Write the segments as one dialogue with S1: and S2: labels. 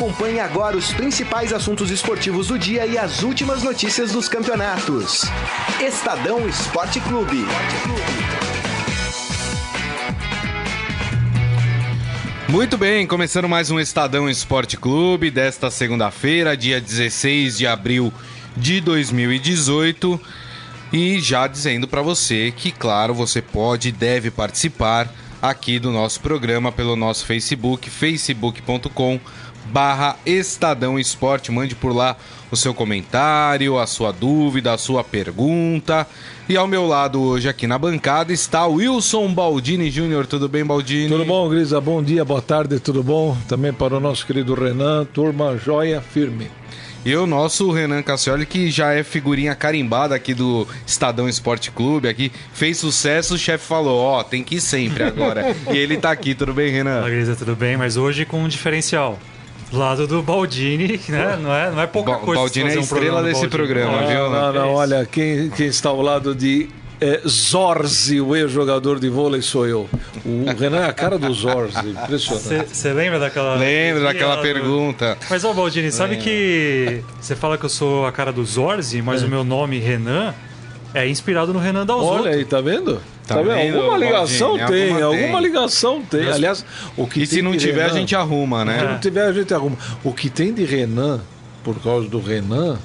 S1: Acompanhe agora os principais assuntos esportivos do dia e as últimas notícias dos campeonatos. Estadão Esporte Clube.
S2: Muito bem, começando mais um Estadão Esporte Clube desta segunda-feira, dia 16 de abril de 2018. E já dizendo para você que, claro, você pode e deve participar aqui do nosso programa pelo nosso Facebook, facebook.com/Estadão Esporte. Mande por lá o seu comentário, a sua dúvida, a sua pergunta. E ao meu lado hoje aqui na bancada está o Wilson Baldini Júnior. Tudo bem, Baldini?
S3: Tudo bom, Grisa? Bom dia, boa tarde, tudo bom? Também para o nosso querido Renan, turma joia firme.
S2: E o nosso Renan Cassioli, que já é figurinha carimbada aqui do Estadão Esporte Clube, aqui fez sucesso, o chefe falou, tem que ir sempre agora. E ele tá aqui, tudo bem, Renan?
S4: Olá, Grisa, tudo bem? Mas hoje com um diferencial. Do lado do Baldini, né? Não é pouca coisa.
S2: Baldini é a estrela desse programa, viu?
S3: Não, olha, quem está ao lado de Zorzi, o ex-jogador de vôlei, sou eu. O Renan é a cara do Zorzi, impressionante.
S4: Você lembra daquela...
S2: Lembro daquela pergunta.
S4: Mas, Baldini, sabe que você fala que eu sou a cara do Zorzi, mas o meu nome, Renan, é inspirado no Renan Dalzotto.
S3: Olha aí, tá vendo?
S2: Tá vendo,
S3: alguma ligação
S2: Baldini?
S3: alguma ligação tem. Aliás, o que
S2: e se não tiver, Renan, a gente arruma, né?
S3: Se não tiver, a gente arruma. O que tem de Renan, por causa do Renan,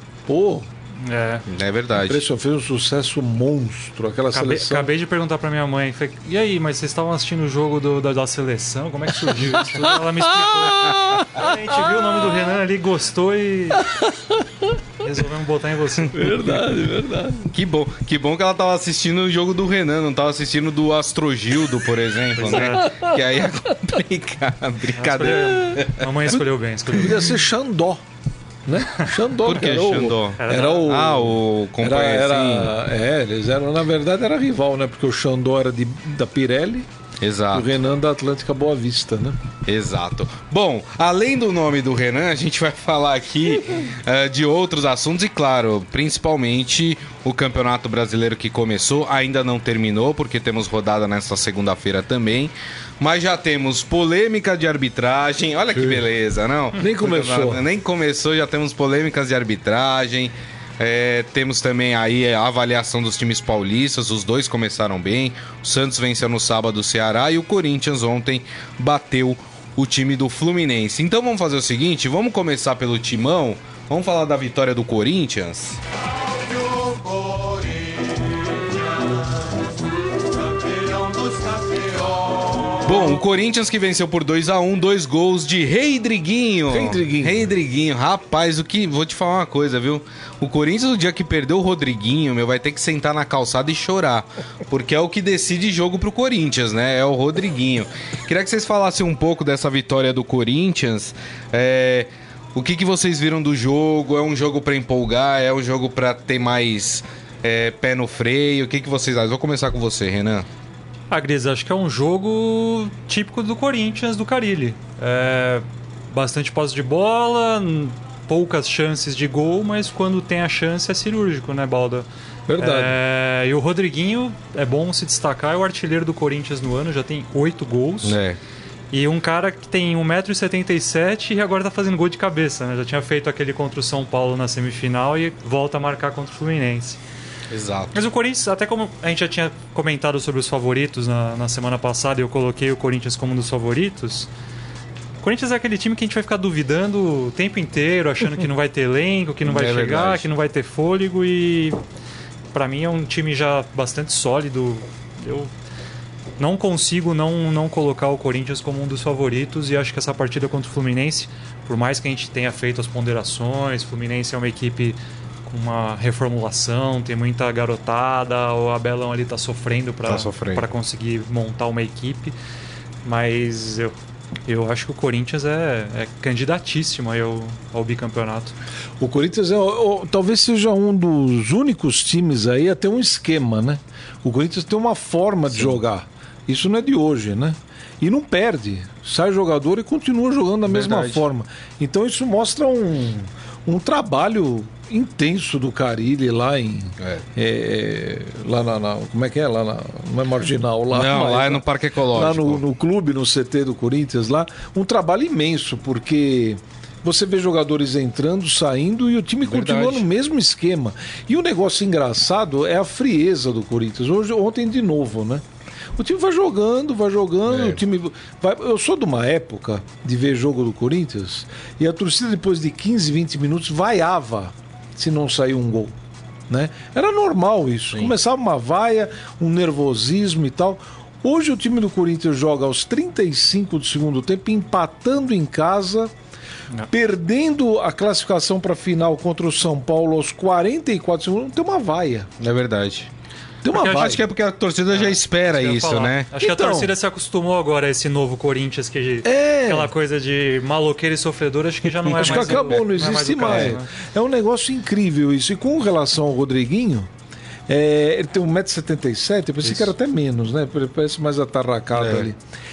S2: É verdade.
S3: Impressionante, fez um sucesso monstro, aquela seleção.
S4: Acabei de perguntar pra minha mãe, falei, e aí, mas vocês estavam assistindo o jogo da seleção? Como é que surgiu isso? Ela me explicou. A gente viu o nome do Renan ali, gostou e resolvemos botar em você.
S3: Verdade.
S2: Que bom que ela tava assistindo o jogo do Renan, não tava assistindo do Astrogildo, por exemplo, né? Que aí é complicado, brincadeira.
S4: Mamãe escolheu bem.
S3: Podia ser Xandó. Né? Xandó.
S2: Por que Xandó?
S3: Era o
S2: companheiro.
S3: Eles eram, na verdade, era rival, né? Porque o Xandó era da Pirelli.
S2: Exato.
S3: O Renan da Atlântica Boa Vista, né?
S2: Exato. Bom, além do nome do Renan, a gente vai falar aqui de outros assuntos e, claro, principalmente o Campeonato Brasileiro que começou, ainda não terminou, porque temos rodada nesta segunda-feira também, mas já temos polêmica de arbitragem, olha que beleza, não?
S3: Nem começou,
S2: já temos polêmicas de arbitragem. Temos também aí a avaliação dos times paulistas, os dois começaram bem. O Santos venceu no sábado o Ceará e o Corinthians ontem bateu o time do Fluminense. Então vamos fazer o seguinte, vamos começar pelo timão, vamos falar da vitória do Corinthians. Bom, o Corinthians que venceu por 2-1, 2 gols de Reidriguinho. Rapaz, vou te falar uma coisa, viu? O Corinthians, no dia que perdeu o Rodriguinho, vai ter que sentar na calçada e chorar. Porque é o que decide jogo pro Corinthians, né? É o Rodriguinho. Queria que vocês falassem um pouco dessa vitória do Corinthians. O que vocês viram do jogo? É um jogo pra empolgar? É um jogo pra ter mais pé no freio? O que vocês acham? Vou começar com você, Renan.
S4: Gris, acho que é um jogo típico do Corinthians, do Carille. Bastante posse de bola, poucas chances de gol, mas quando tem a chance é cirúrgico, né, Balda?
S3: Verdade.
S4: E o Rodriguinho, é bom se destacar, é o artilheiro do Corinthians no ano, já tem 8 gols. E um cara que tem 1,77 m e agora tá fazendo gol de cabeça, né? Já tinha feito aquele contra o São Paulo na semifinal e volta a marcar contra o Fluminense.
S2: Exato.
S4: Mas o Corinthians, até como a gente já tinha comentado sobre os favoritos na semana passada, eu coloquei o Corinthians como um dos favoritos. O Corinthians é aquele time que a gente vai ficar duvidando o tempo inteiro, achando que não vai ter elenco, que não vai chegar, verdade, que não vai ter fôlego, e pra mim é um time já bastante sólido. Eu não consigo não colocar o Corinthians como um dos favoritos, e acho que essa partida contra o Fluminense, por mais que a gente tenha feito as ponderações, o Fluminense é uma equipe com uma reformulação, tem muita garotada, o Abelão ali tá sofrendo para conseguir montar uma equipe, mas eu acho que o Corinthians é candidatíssimo aí ao bicampeonato.
S3: O Corinthians talvez seja um dos únicos times aí a ter um esquema, né? O Corinthians tem uma forma de jogar, isso não é de hoje, né? E não perde, sai jogador e continua jogando da mesma forma. Então isso mostra um trabalho intenso do Carille lá lá como é que é? Não é Marginal lá.
S2: Não, lá é no Parque Ecológico.
S3: Lá no clube, no CT do Corinthians lá, um trabalho imenso, porque você vê jogadores entrando, saindo e o time continua no mesmo esquema. E o negócio engraçado é a frieza do Corinthians. Ontem de novo, né? O time vai jogando, o time vai... Eu sou de uma época de ver jogo do Corinthians e a torcida depois de 15, 20 minutos vaiava se não saiu um gol, né? Era normal isso. Sim. Começava uma vaia, um nervosismo e tal. Hoje o time do Corinthians joga aos 35 do segundo tempo, empatando em casa, perdendo a classificação para a final contra o São Paulo aos 44 segundos. Tem uma vaia.
S2: É verdade.
S3: Tem uma vaia.
S2: Acho que é porque a torcida já espera isso, né?
S4: Acho que a torcida se acostumou agora a esse novo Corinthians, que aquela coisa de maloqueiro e sofredor, acho que já não é mais.
S3: Acho que acabou, não existe mais. Né? É um negócio incrível isso. E com relação ao Rodriguinho, ele tem 1,77m, eu pensei que era até menos, né? Ele parece mais atarracado ali.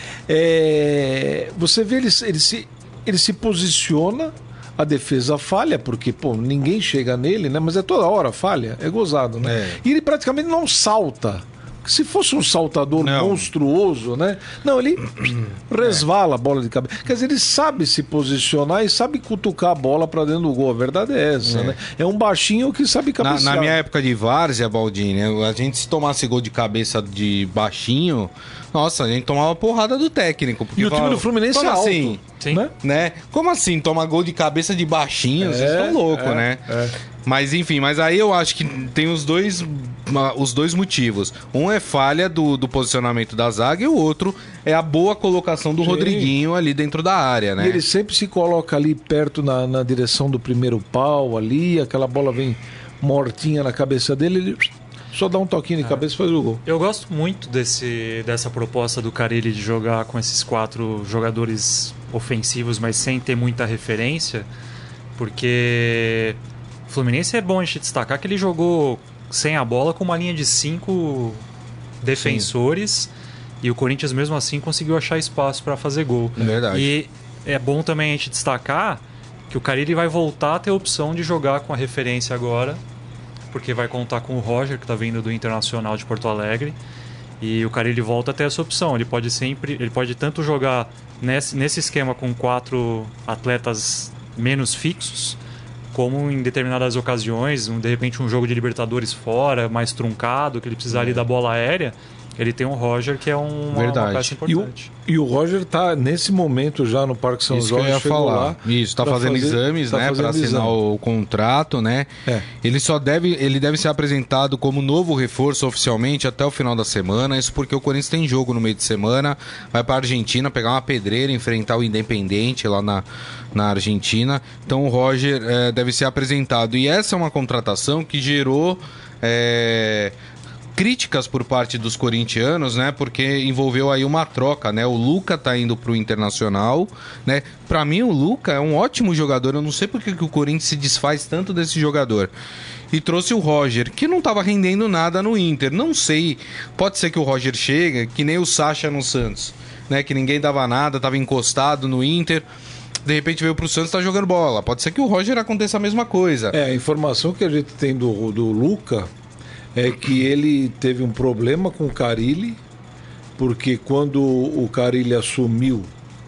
S3: Você vê ele se posiciona, a defesa falha, porque ninguém chega nele, né? Mas é toda hora falha, é gozado, né? E ele praticamente não salta. Se fosse um saltador monstruoso, né? Não, ele resvala a bola de cabeça. Quer dizer, ele sabe se posicionar e sabe cutucar a bola para dentro do gol. A verdade é essa, né? É um baixinho que sabe cabecear.
S2: Na minha época de várzea, Baldini, a gente se tomasse gol de cabeça de baixinho, nossa, a gente tomava porrada do técnico. Porque
S3: e o time do Fluminense é alto.
S2: Assim?
S4: Sim.
S2: Né? Como assim? Toma gol de cabeça de baixinho? Vocês estão loucos, né? Mas enfim, aí eu acho que tem os dois motivos. Um é falha do posicionamento da zaga e o outro é a boa colocação do Rodriguinho ali dentro da área, né?
S3: E ele sempre se coloca ali perto na direção do primeiro pau ali, aquela bola vem mortinha na cabeça dele, ele só dá um toquinho de cabeça e faz o gol.
S4: Eu gosto muito dessa proposta do Carille de jogar com esses 4 jogadores ofensivos, mas sem ter muita referência, porque o Fluminense é bom a gente destacar que ele jogou sem a bola com uma linha de 5 defensores. E o Corinthians mesmo assim conseguiu achar espaço para fazer gol.
S2: É verdade.
S4: E é bom também a gente destacar que o Carille vai voltar a ter a opção de jogar com a referência agora, porque vai contar com o Roger, que está vindo do Internacional de Porto Alegre, e o Carille volta a ter essa opção. Ele pode tanto jogar nesse esquema com 4 atletas menos fixos, como em determinadas ocasiões, de repente um jogo de Libertadores fora, mais truncado, que ele precisar ali da bola aérea, ele tem o Roger, que é uma peça importante.
S3: E o Roger está nesse momento já no Parque São Jorge.
S2: Isso que eu ia falar. Lá isso, está fazendo exames, né, para assinar o contrato, né? Ele deve ser apresentado como novo reforço oficialmente até o final da semana. Isso porque o Corinthians tem jogo no meio de semana, vai para a Argentina pegar uma pedreira, enfrentar o Independente lá na Argentina. Então o Roger deve ser apresentado. E essa é uma contratação que gerou críticas por parte dos corintianos, né? Porque envolveu aí uma troca, né? O Luca tá indo pro Internacional, né? Pra mim o Luca é um ótimo jogador, eu não sei porque que o Corinthians se desfaz tanto desse jogador. E trouxe o Roger, que não tava rendendo nada no Inter. Não sei, pode ser que o Roger chegue, que nem o Sacha no Santos, né? Que ninguém dava nada, tava encostado no Inter. De repente veio pro Santos e tá jogando bola. Pode ser que o Roger aconteça a mesma coisa.
S3: A informação que a gente tem do Luca é que ele teve um problema com o Carille, porque quando o Carille assumiu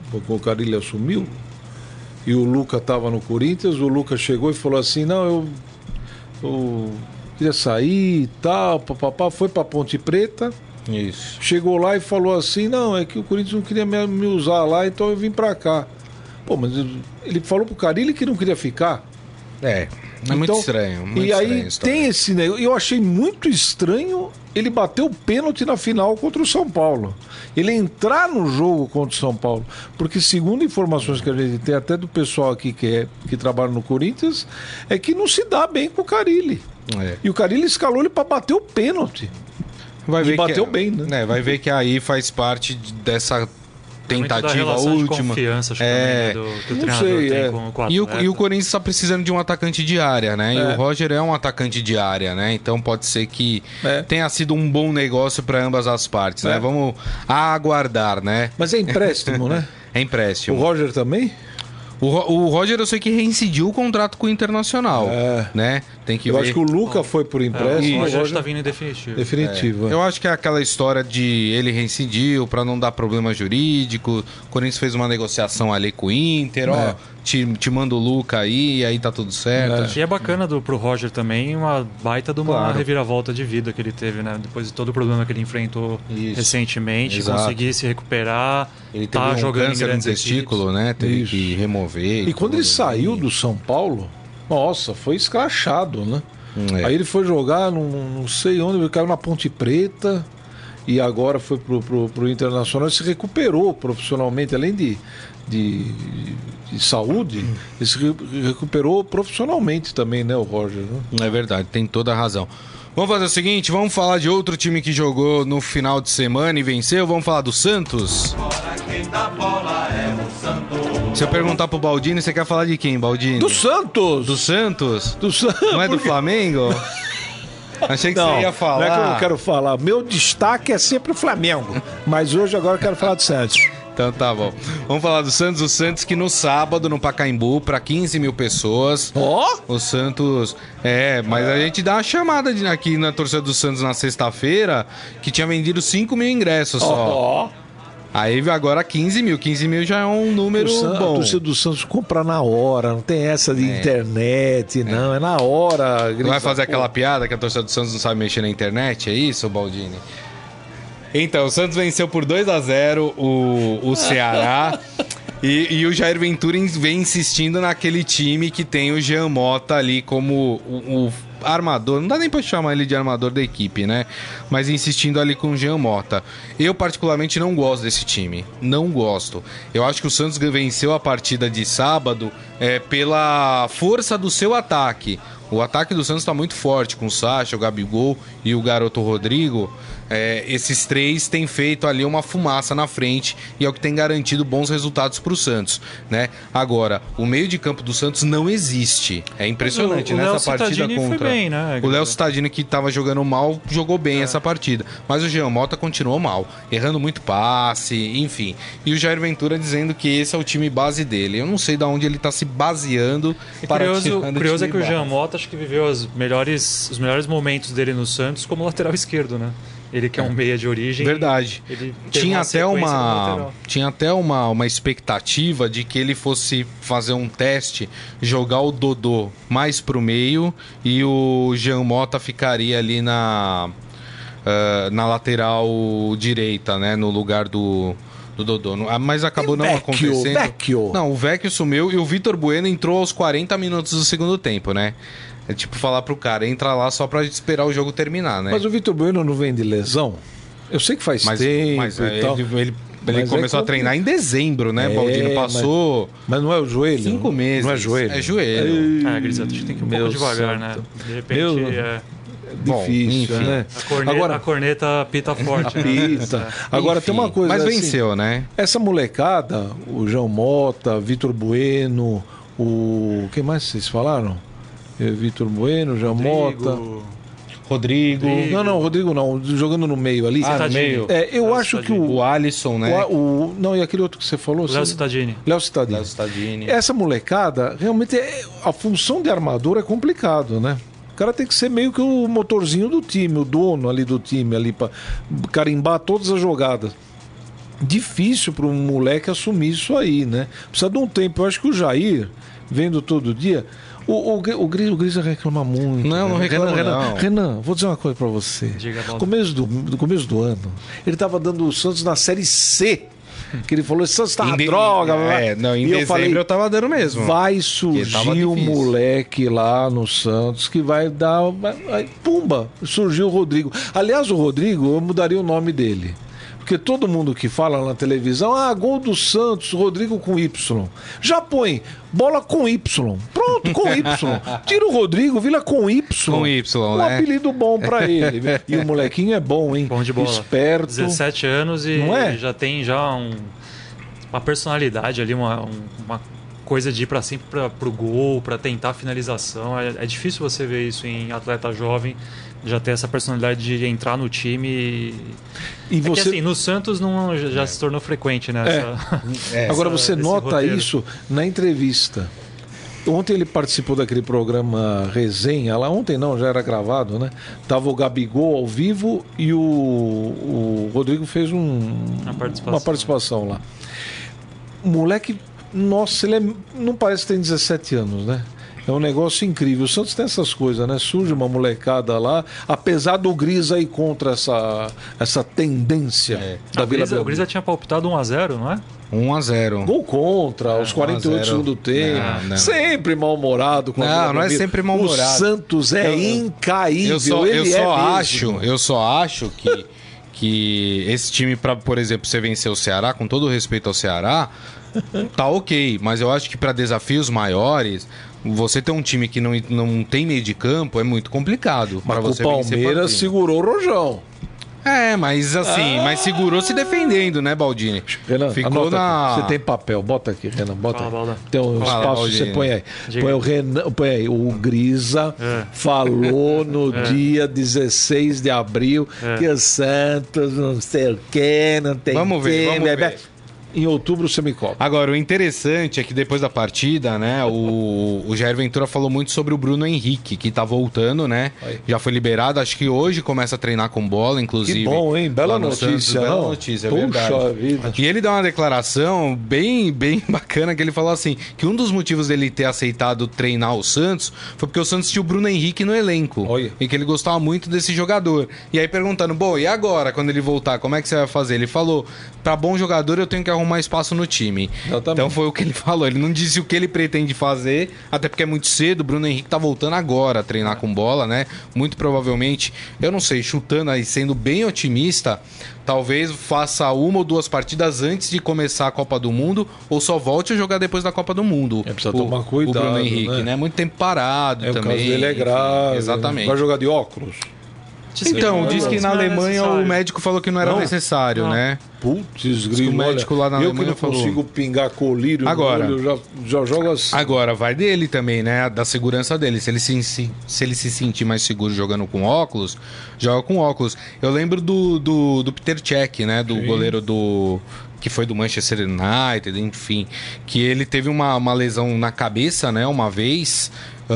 S3: e o Luca estava no Corinthians, o Luca chegou e falou assim, não, eu queria sair e tal, papapá, foi para Ponte Preta.
S2: Isso.
S3: Chegou lá e falou assim, não, é que o Corinthians não queria me usar lá, então eu vim para cá. Mas ele falou pro Carille que não queria ficar.
S2: Muito estranho.
S3: E aí tem esse negócio. Eu achei muito estranho ele bater o pênalti na final contra o São Paulo. Ele entrar no jogo contra o São Paulo. Porque, segundo informações que a gente tem, até do pessoal aqui que trabalha no Corinthians, é que não se dá bem com o Carille. E o Carille escalou ele para bater o pênalti. Bateu bem, né?
S2: Vai ver que aí faz parte dessa tentativa última.
S4: De confiança, acho que o treinador tem com o atleta.
S2: E o Corinthians está precisando de um atacante de área, né? E o Roger é um atacante de área, né? Então pode ser que tenha sido um bom negócio para ambas as partes, né? Vamos aguardar, né?
S3: Mas é empréstimo, né?
S2: É empréstimo.
S3: O Roger também?
S2: O Roger, eu sei que reincidiu o contrato com o Internacional, né? Tem que ver.
S3: Acho que o Luca foi por empréstimo.
S4: O Roger está vindo em definitivo.
S3: Definitivo.
S2: Eu acho que é aquela história de ele reincidiu para não dar problema jurídico. O Corinthians fez uma negociação ali com o Inter, ó, te manda o Luca aí tá tudo certo.
S4: E é bacana pro Roger também, uma baita de uma reviravolta de vida que ele teve, né? Depois de todo o problema que ele enfrentou recentemente, conseguir se recuperar.
S2: Ele teve um câncer no testículo, né? Teve que remover.
S3: E quando ele saiu do São Paulo, nossa, foi escrachado, né? Aí ele foi jogar, não sei onde, ele caiu na Ponte Preta e agora foi pro Internacional e se recuperou profissionalmente, além de saúde, ele se recuperou profissionalmente também, né, o Roger? Né?
S2: É verdade, tem toda a razão. Vamos fazer o seguinte, vamos falar de outro time que jogou no final de semana e venceu, vamos falar do Santos. Se eu perguntar pro Baldini, você quer falar de quem, Baldini?
S3: Do Santos!
S2: Do Santos?
S3: Do Santos!
S2: Não é do Flamengo? Achei que você ia falar.
S3: Não é que eu não quero falar. Meu destaque é sempre o Flamengo. Mas hoje agora eu quero falar do Santos.
S2: Então tá bom. Vamos falar do Santos. O Santos que no sábado, no Pacaembu, para 15 mil pessoas. O Santos... mas a gente dá uma chamada aqui na torcida do Santos na sexta-feira que tinha vendido 5 mil ingressos só. Aí agora 15 mil. 15 mil já é um número bom.
S3: A torcida do Santos compra na hora, não tem essa de internet, não. É na hora.
S2: Não vai fazer aquela piada que a torcida do Santos não sabe mexer na internet? É isso, Baldini? Então, o Santos venceu por 2-0 o Ceará. E o Jair Ventura vem insistindo naquele time que tem o Jean Mota ali como o armador. Não dá nem pra chamar ele de armador da equipe, né? Mas insistindo ali com o Jean Mota. Eu particularmente não gosto desse time. Não gosto. Eu acho que o Santos venceu a partida de sábado pela força do seu ataque. O ataque do Santos está muito forte, com o Sacha, o Gabigol e o garoto Rodrigo. Esses três têm feito ali uma fumaça na frente e é o que tem garantido bons resultados para o Santos, né? Agora, o meio de campo do Santos não existe. É impressionante nessa partida contra...
S4: Foi bem, né?
S2: O Léo Cittadini, que estava jogando mal, jogou bem essa partida. Mas o Jean Mota continuou mal, errando muito passe, enfim. E o Jair Ventura dizendo que esse é o time base dele. Eu não sei de onde ele está se baseando para
S4: curioso é que o Jean Mota acho que viveu os melhores momentos dele no Santos como lateral esquerdo, né? Ele que é um meia de origem.
S2: Verdade. Tinha até uma expectativa de que ele fosse fazer um teste, jogar o Dodô mais pro meio e o Jean Mota ficaria ali na lateral direita, né? No lugar do Dodô. Mas acabou não acontecendo. Não, o Vecchio sumiu e o Vitor Bueno entrou aos 40 minutos do segundo tempo, né? É tipo falar pro cara, entra lá só pra esperar o jogo terminar, né?
S3: Mas o Vitor Bueno não vem de lesão? Eu sei que faz tempo e tal.
S2: Ele começou a treinar em dezembro, né? Baldino passou...
S3: Mas não é o joelho?
S2: 5 meses.
S3: Não é joelho?
S2: É joelho.
S4: Grisado, acho que tem que ir um pouco devagar, né? De repente...
S3: Difícil,
S2: enfim,
S3: né?
S4: A corneta pita forte.
S3: Pita. Né? Agora tem uma coisa.
S2: Mas
S3: assim,
S2: venceu, né?
S3: Essa molecada, o João Mota, Vitor Bueno, quem mais vocês falaram? Vitor Bueno, João Mota.
S2: Rodrigo.
S3: Não, Rodrigo não, jogando no meio ali.
S2: No meio.
S3: Eu acho que o
S2: Alisson, né?
S3: Não, e aquele outro que você falou?
S4: Léo Cittadini.
S3: Léo Cittadini. Essa molecada, realmente, a função de armador é complicado, né? O cara tem que ser meio que o motorzinho do time, o dono ali do time, ali para carimbar todas as jogadas. Difícil para um moleque assumir isso aí, né? Precisa de um tempo. Eu acho que o Jair, vendo todo dia... O Grisa reclama muito.
S2: Não reclama, não.
S3: Renan, vou dizer uma coisa pra você. No começo do ano, ele tava dando o Santos na Série C. Que ele falou, Santos tá uma droga.
S2: Em dezembro eu tava dando mesmo.
S3: Vai surgir um moleque lá no Santos que vai dar... Aí, pumba, surgiu o Rodrigo. Aliás, o Rodrigo, eu mudaria o nome dele. Porque todo mundo que fala na televisão, gol do Santos, Rodrigo com Y. Já põe bola com Y. Pronto, com Y. Tira o Rodrigo, vira com Y.
S2: Com Y,
S3: um apelido bom pra ele. E o molequinho é bom, hein?
S4: Bom de bola.
S3: Esperto.
S4: 17 anos e já tem uma personalidade ali, uma coisa de ir pra sempre pro gol, pra tentar finalização. É difícil você ver isso em atleta jovem já ter essa personalidade de entrar no time.
S3: E você...
S4: que assim, no Santos já se tornou frequente, né?
S3: Agora você nota
S4: roteiro.
S3: isso na entrevista. Ontem ele participou daquele programa Resenha, lá ontem não, já era gravado, né? Tava o Gabigol ao vivo e o Rodrigo fez uma participação lá. O moleque, nossa, ele não parece que tem 17 anos, né? É um negócio incrível. O Santos tem essas coisas, né? Surge uma molecada lá, apesar do Grisa ir contra essa tendência da Vila Belmiro.
S4: O Grisa tinha palpitado 1-0, não é?
S2: 1-0.
S3: Gol contra, aos 48 do segundo tempo. Não. Sempre mal-humorado.
S2: Não é sempre mal-humorado.
S3: O Santos é incaível.
S2: Eu só acho que esse time, por exemplo, você vencer o Ceará, com todo o respeito ao Ceará, tá ok. Mas eu acho que para desafios maiores, você ter um time que não tem meio de campo é muito complicado.
S3: Mas
S2: você
S3: o Palmeiras segurou o Rojão.
S2: Mas assim, mas segurou se defendendo, né, Baldini?
S3: Renan,
S2: ficou na...
S3: Você tem papel, bota aqui, Renan, bota aí. Tem um espaço,
S2: Baldini.
S3: Você põe aí. Põe aí. O Grisa falou no dia 16 de abril que o Santos não sei o que, não tem
S2: Vamos ver.
S3: Em outubro você me cobra.
S2: Agora, o interessante é que depois da partida, né, o Jair Ventura falou muito sobre o Bruno Henrique, que tá voltando, né?
S3: Aí.
S2: Já foi liberado, acho que hoje começa a treinar com bola, inclusive.
S3: Que bom, hein? Bela notícia.
S2: Santos, bela notícia, é verdade.
S3: Puxa vida.
S2: E ele dá uma declaração bem bacana, que ele falou assim, que um dos motivos dele ter aceitado treinar o Santos foi porque o Santos tinha o Bruno Henrique no elenco.
S3: Olha.
S2: E que ele gostava muito desse jogador. E aí perguntando, bom, e agora, quando ele voltar, como é que você vai fazer? Ele falou, pra bom jogador eu tenho que arrumar espaço no time. Então foi o que ele falou. Ele não disse o que ele pretende fazer, até porque é muito cedo. O Bruno Henrique tá voltando agora a treinar com bola, né? Muito provavelmente, eu não sei, chutando aí, sendo bem otimista, talvez faça 1 ou 2 partidas antes de começar a Copa do Mundo, ou só volte a jogar depois da Copa do Mundo.
S3: Precisa tomar cuidado,
S2: o Bruno Henrique, né? Muito tempo parado também.
S3: O caso dele é grave.
S2: Exatamente.
S3: Vai jogar de óculos?
S2: Então, diz que na Alemanha o médico falou que não era necessário, né?
S3: Putz, grilo.
S2: O médico lá na Alemanha
S3: falou... Eu que não consigo pingar colírio
S2: agora,
S3: no olho, já jogo assim.
S2: Agora, vai dele também, né? Da segurança dele. Se ele se sentir mais seguro jogando com óculos, joga com óculos. Eu lembro do Peter Cech, né? Do goleiro que foi do Manchester United, enfim. Que ele teve uma lesão na cabeça, né? Uma vez...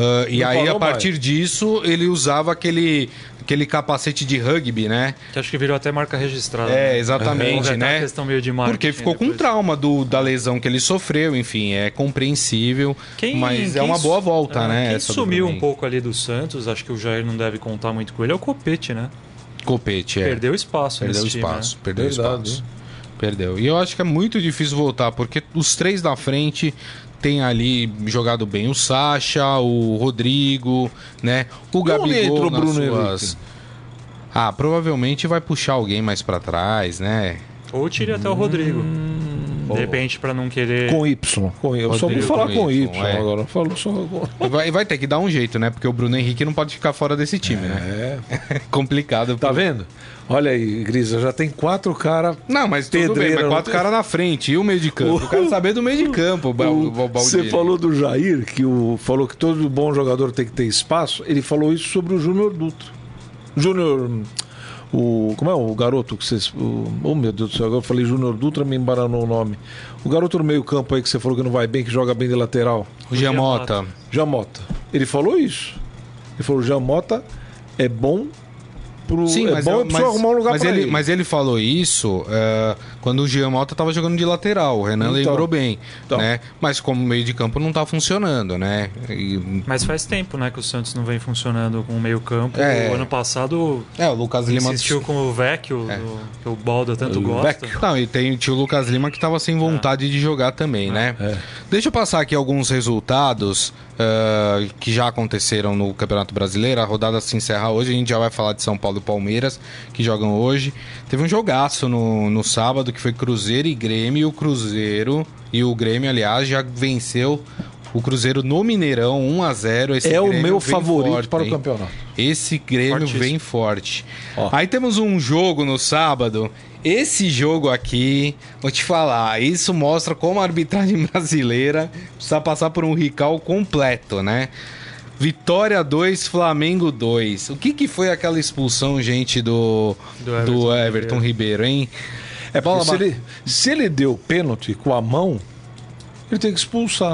S2: e aí, a partir disso, ele usava aquele capacete de rugby, né?
S4: Que acho que virou até marca registrada.
S2: Exatamente, né?
S4: Questão meio de marketing,
S2: porque ficou com trauma da lesão que ele sofreu, enfim, é compreensível, mas é uma boa volta, né?
S4: Quem sumiu um pouco ali do Santos, acho que o Jair não deve contar muito com ele, é o Copete, né?
S2: Copete,
S4: Perdeu espaço
S2: nesse time, né? Perdeu espaço. Perdeu. E eu acho que é muito difícil voltar, porque os 3 da frente... Tem ali jogado bem o Sacha, o Rodrigo, né? O Gabigol nas suas... provavelmente vai puxar alguém mais pra trás, né?
S4: Ou tire até o Rodrigo. De repente, pra não querer...
S3: Com Y. Eu só vou falar com Y agora. Falo só agora.
S2: Vai ter que dar um jeito, né? Porque o Bruno Henrique não pode ficar fora desse time, né? É complicado.
S3: Tá vendo? Olha aí, Grisa, já tem 4 caras.
S2: Não, mas tudo bem, mas 4 caras na frente. E o meio de campo? Eu quero saber do meio de campo.
S3: Você falou do Jair, falou que todo bom jogador tem que ter espaço. Ele falou isso sobre o Júnior Dutra. Como é o garoto que vocês... Oh, meu Deus do céu, agora eu falei Júnior Dutra, me embaranou o nome. O garoto do meio campo aí que você falou que não vai bem, que joga bem de lateral.
S2: O Giamota.
S3: Ele falou isso. Ele falou, o Giamota é bom...
S2: Sim,
S3: mas arrumar um lugar pra ele.
S2: Mas ele falou isso quando o Giamota estava jogando de lateral. O Renan lembrou bem, né? Mas como meio de campo não tá funcionando, né?
S4: Mas faz tempo, né, que o Santos não vem funcionando com o meio campo. O ano passado
S2: o Lucas Lima
S4: insistiu com o Vecchio, que o Balda tanto gosta.
S2: Não, e tinha o Lucas Lima que estava sem vontade de jogar também, né? Deixa eu passar aqui alguns resultados que já aconteceram no Campeonato Brasileiro. A rodada se encerra hoje, a gente já vai falar de São Paulo e Palmeiras, que jogam hoje. Teve um jogaço no sábado, que foi Cruzeiro e Grêmio, e o Grêmio, aliás, já venceu o Cruzeiro no Mineirão, 1-0.
S3: Esse é o meu favorito para o campeonato.
S2: Esse Grêmio vem forte. Aí temos um jogo no sábado. Esse jogo aqui, vou te falar, isso mostra como a arbitragem brasileira precisa passar por um recall completo, né? Vitória 2, Flamengo 2. O que foi aquela expulsão, gente, do Everton Ribeiro, hein?
S3: Porque se ele deu pênalti com a mão, ele tem que expulsar.